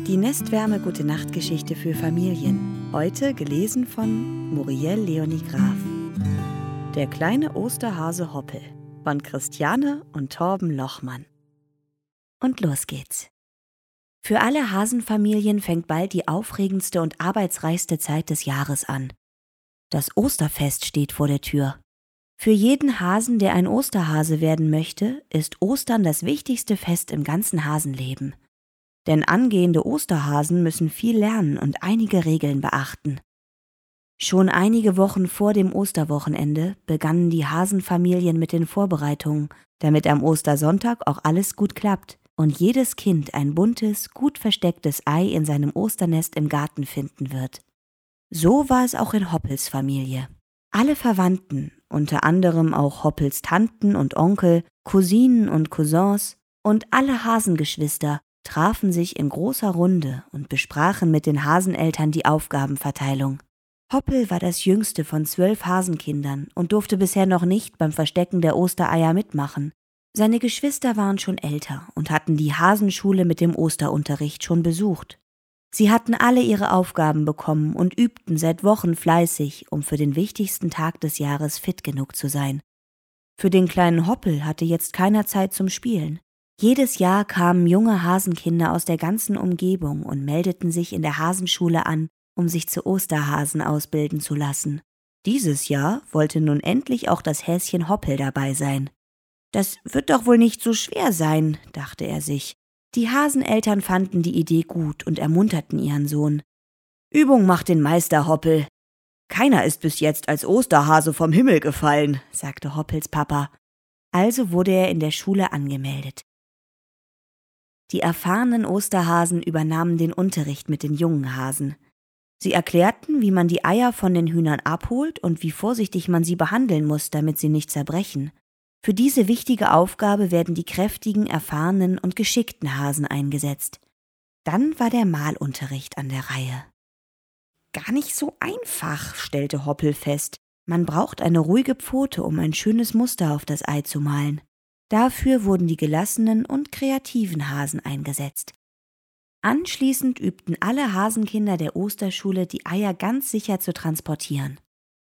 Die Nestwärme-Gute-Nacht-Geschichte für Familien. Heute gelesen von Muriel Leonie Graf. Der kleine Osterhase Hoppel von Christiane und Torben Lochmann. Und los geht's. Für alle Hasenfamilien fängt bald die aufregendste und arbeitsreichste Zeit des Jahres an. Das Osterfest steht vor der Tür. Für jeden Hasen, der ein Osterhase werden möchte, ist Ostern das wichtigste Fest im ganzen Hasenleben. Denn angehende Osterhasen müssen viel lernen und einige Regeln beachten. Schon einige Wochen vor dem Osterwochenende begannen die Hasenfamilien mit den Vorbereitungen, damit am Ostersonntag auch alles gut klappt und jedes Kind ein buntes, gut verstecktes Ei in seinem Osternest im Garten finden wird. So war es auch in Hoppels Familie. Alle Verwandten, unter anderem auch Hoppels Tanten und Onkel, Cousinen und Cousins und alle Hasengeschwister, trafen sich in großer Runde und besprachen mit den Haseneltern die Aufgabenverteilung. Hoppel war das jüngste von 12 Hasenkindern und durfte bisher noch nicht beim Verstecken der Ostereier mitmachen. Seine Geschwister waren schon älter und hatten die Hasenschule mit dem Osterunterricht schon besucht. Sie hatten alle ihre Aufgaben bekommen und übten seit Wochen fleißig, um für den wichtigsten Tag des Jahres fit genug zu sein. Für den kleinen Hoppel hatte jetzt keiner Zeit zum Spielen. Jedes Jahr kamen junge Hasenkinder aus der ganzen Umgebung und meldeten sich in der Hasenschule an, um sich zu Osterhasen ausbilden zu lassen. Dieses Jahr wollte nun endlich auch das Häschen Hoppel dabei sein. Das wird doch wohl nicht so schwer sein, dachte er sich. Die Haseneltern fanden die Idee gut und ermunterten ihren Sohn. Übung macht den Meister, Hoppel. Keiner ist bis jetzt als Osterhase vom Himmel gefallen, sagte Hoppels Papa. Also wurde er in der Schule angemeldet. Die erfahrenen Osterhasen übernahmen den Unterricht mit den jungen Hasen. Sie erklärten, wie man die Eier von den Hühnern abholt und wie vorsichtig man sie behandeln muss, damit sie nicht zerbrechen. Für diese wichtige Aufgabe werden die kräftigen, erfahrenen und geschickten Hasen eingesetzt. Dann war der Malunterricht an der Reihe. Gar nicht so einfach, stellte Hoppel fest. Man braucht eine ruhige Pfote, um ein schönes Muster auf das Ei zu malen. Dafür wurden die gelassenen und kreativen Hasen eingesetzt. Anschließend übten alle Hasenkinder der Osterschule, die Eier ganz sicher zu transportieren.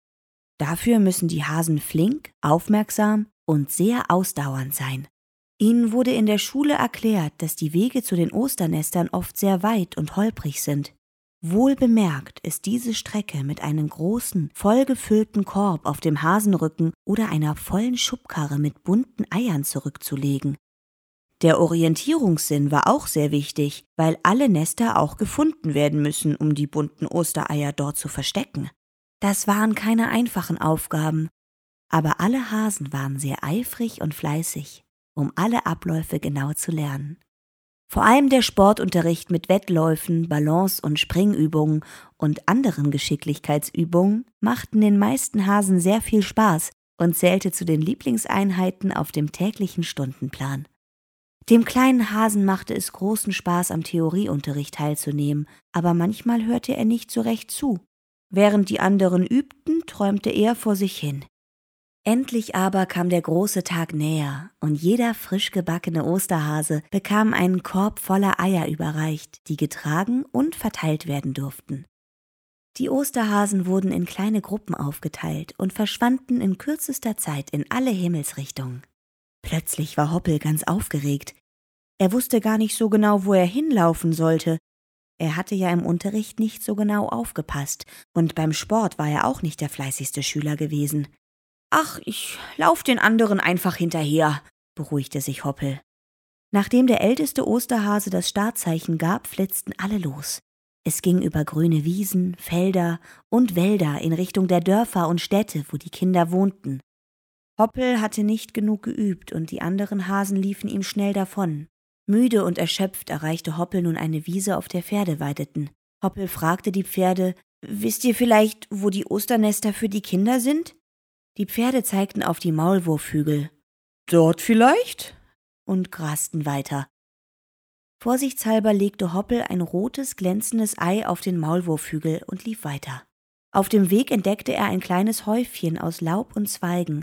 Dafür müssen die Hasen flink, aufmerksam und sehr ausdauernd sein. Ihnen wurde in der Schule erklärt, dass die Wege zu den Osternestern oft sehr weit und holprig sind. Wohlbemerkt ist diese Strecke mit einem großen, vollgefüllten Korb auf dem Hasenrücken oder einer vollen Schubkarre mit bunten Eiern zurückzulegen. Der Orientierungssinn war auch sehr wichtig, weil alle Nester auch gefunden werden müssen, um die bunten Ostereier dort zu verstecken. Das waren keine einfachen Aufgaben, aber alle Hasen waren sehr eifrig und fleißig, um alle Abläufe genau zu lernen. Vor allem der Sportunterricht mit Wettläufen, Balance- und Springübungen und anderen Geschicklichkeitsübungen machten den meisten Hasen sehr viel Spaß und zählte zu den Lieblingseinheiten auf dem täglichen Stundenplan. Dem kleinen Hasen machte es großen Spaß, am Theorieunterricht teilzunehmen, aber manchmal hörte er nicht so recht zu. Während die anderen übten, träumte er vor sich hin. Endlich aber kam der große Tag näher und jeder frisch gebackene Osterhase bekam einen Korb voller Eier überreicht, die getragen und verteilt werden durften. Die Osterhasen wurden in kleine Gruppen aufgeteilt und verschwanden in kürzester Zeit in alle Himmelsrichtungen. Plötzlich war Hoppel ganz aufgeregt. Er wusste gar nicht so genau, wo er hinlaufen sollte. Er hatte ja im Unterricht nicht so genau aufgepasst und beim Sport war er auch nicht der fleißigste Schüler gewesen. »Ach, ich lauf den anderen einfach hinterher«, beruhigte sich Hoppel. Nachdem der älteste Osterhase das Startzeichen gab, flitzten alle los. Es ging über grüne Wiesen, Felder und Wälder in Richtung der Dörfer und Städte, wo die Kinder wohnten. Hoppel hatte nicht genug geübt und die anderen Hasen liefen ihm schnell davon. Müde und erschöpft erreichte Hoppel nun eine Wiese, auf der Pferde weideten. Hoppel fragte die Pferde, »Wisst ihr vielleicht, wo die Osternester für die Kinder sind?« Die Pferde zeigten auf die Maulwurfhügel. »Dort vielleicht?« und grasten weiter. Vorsichtshalber legte Hoppel ein rotes, glänzendes Ei auf den Maulwurfhügel und lief weiter. Auf dem Weg entdeckte er ein kleines Häufchen aus Laub und Zweigen.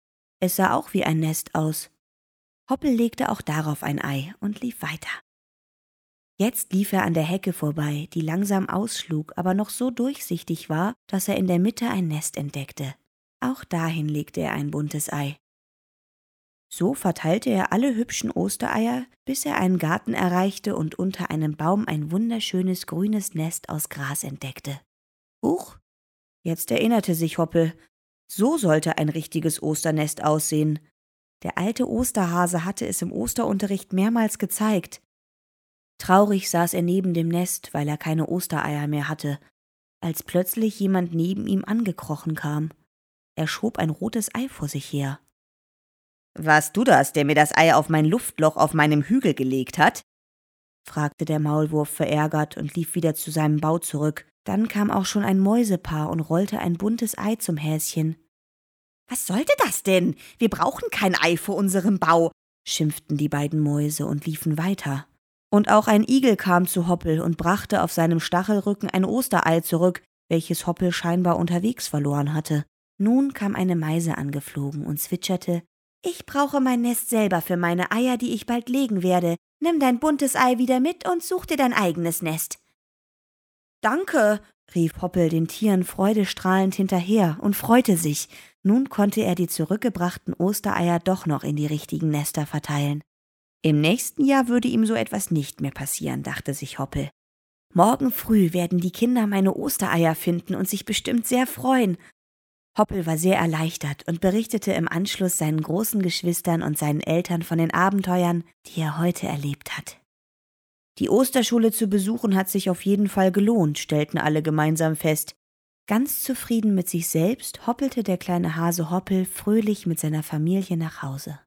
Es sah auch wie ein Nest aus. Hoppel legte auch darauf ein Ei und lief weiter. Jetzt lief er an der Hecke vorbei, die langsam ausschlug, aber noch so durchsichtig war, dass er in der Mitte ein Nest entdeckte. Auch dahin legte er ein buntes Ei. So verteilte er alle hübschen Ostereier, bis er einen Garten erreichte und unter einem Baum ein wunderschönes grünes Nest aus Gras entdeckte. Huch, jetzt erinnerte sich Hoppel, so sollte ein richtiges Osternest aussehen. Der alte Osterhase hatte es im Osterunterricht mehrmals gezeigt. Traurig saß er neben dem Nest, weil er keine Ostereier mehr hatte, als plötzlich jemand neben ihm angekrochen kam. Er schob ein rotes Ei vor sich her. »Warst du das, der mir das Ei auf mein Luftloch auf meinem Hügel gelegt hat?« fragte der Maulwurf verärgert und lief wieder zu seinem Bau zurück. Dann kam auch schon ein Mäusepaar und rollte ein buntes Ei zum Häschen. »Was sollte das denn? Wir brauchen kein Ei vor unserem Bau«, schimpften die beiden Mäuse und liefen weiter. Und auch ein Igel kam zu Hoppel und brachte auf seinem Stachelrücken ein Osterei zurück, welches Hoppel scheinbar unterwegs verloren hatte. Nun kam eine Meise angeflogen und zwitscherte: »Ich brauche mein Nest selber für meine Eier, die ich bald legen werde. Nimm dein buntes Ei wieder mit und such dir dein eigenes Nest.« »Danke«, rief Hoppel den Tieren freudestrahlend hinterher und freute sich. Nun konnte er die zurückgebrachten Ostereier doch noch in die richtigen Nester verteilen. Im nächsten Jahr würde ihm so etwas nicht mehr passieren, dachte sich Hoppel. Morgen früh werden die Kinder meine Ostereier finden und sich bestimmt sehr freuen. Hoppel war sehr erleichtert und berichtete im Anschluss seinen großen Geschwistern und seinen Eltern von den Abenteuern, die er heute erlebt hat. Die Osterschule zu besuchen hat sich auf jeden Fall gelohnt, stellten alle gemeinsam fest. Ganz zufrieden mit sich selbst hoppelte der kleine Hase Hoppel fröhlich mit seiner Familie nach Hause.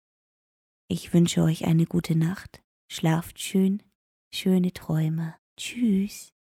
Ich wünsche euch eine gute Nacht, schlaft schön, schöne Träume. Tschüss.